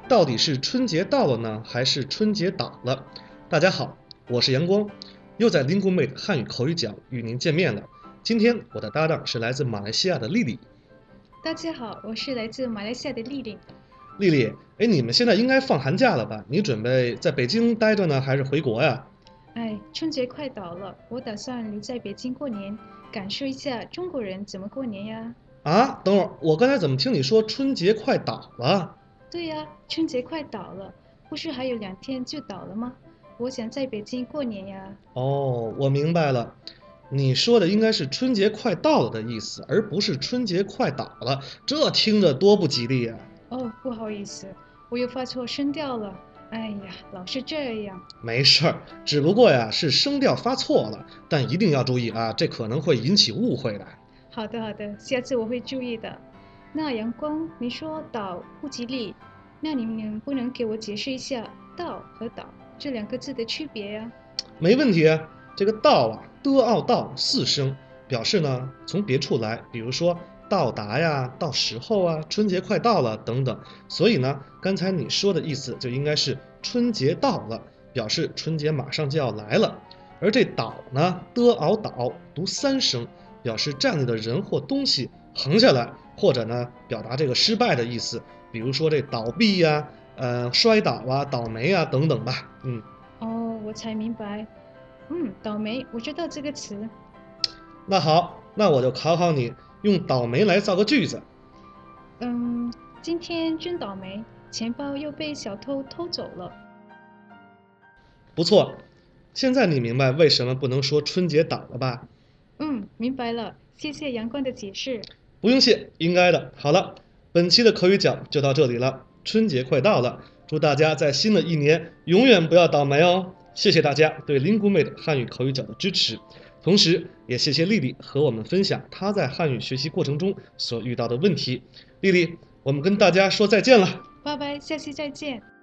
到底是春节到了呢，还是春节倒了？大家好，我是阳光，又在 Linguamate 汉语口语角与您见面了。今天我的搭档是来自马来西亚的丽丽。 大家好，我是来自马来西亚的丽丽。 丽丽，你们现在应该放寒假了吧？你准备在北京待着呢，还是回国呀？ 春节快到了，我打算留在北京过年，感受一下中国人怎么过年呀。 啊，等会儿，我刚才怎么听你说春节快倒了？ 对呀，春节快到了，不是还有2天就到了吗？我想在北京过年呀。 哦，我明白了，你说的应该是春节快到了的意思，而不是春节快倒了，这听着多不吉利呀！ 哦，不好意思，我又发错声调了。哎呀，老是这样。 没事儿，只不过呀是声调发错了，但一定要注意啊，这可能会引起误会的。 好的，好的，下次我会注意的。那阳光，你说倒不吉利，那你能不能给我解释一下倒和倒这2个字的区别呀？ 没问题啊，这个到啊的奥到4声，表示呢从别处来，比如说到达呀、到时候啊、春节快到了等等。所以呢，刚才你说的意思就应该是春节到了，表示春节马上就要来了。而这倒呢的奥倒读3声，表示站立的人或东西横下来，或者呢表达这个失败的意思，比如说这倒闭呀、摔倒啊、倒霉啊等等吧。 哦，我才明白。倒霉，我知道这个词。 那好，那我就考考你，用倒霉来造个句子。 今天真倒霉，钱包又被小偷偷走了。 不错，现在你明白为什么不能说春节倒了吧？ 明白了，谢谢阳光的解释。 不用谢，应该的。好了，本期的口语角就到这里了。春节快到了，祝大家在新的一年永远不要倒霉哦！谢谢大家对 Linguamate 汉语口语角的支持，同时也谢谢丽丽和我们分享她在汉语学习过程中所遇到的问题。丽丽，我们跟大家说再见了。 拜拜，下期再见。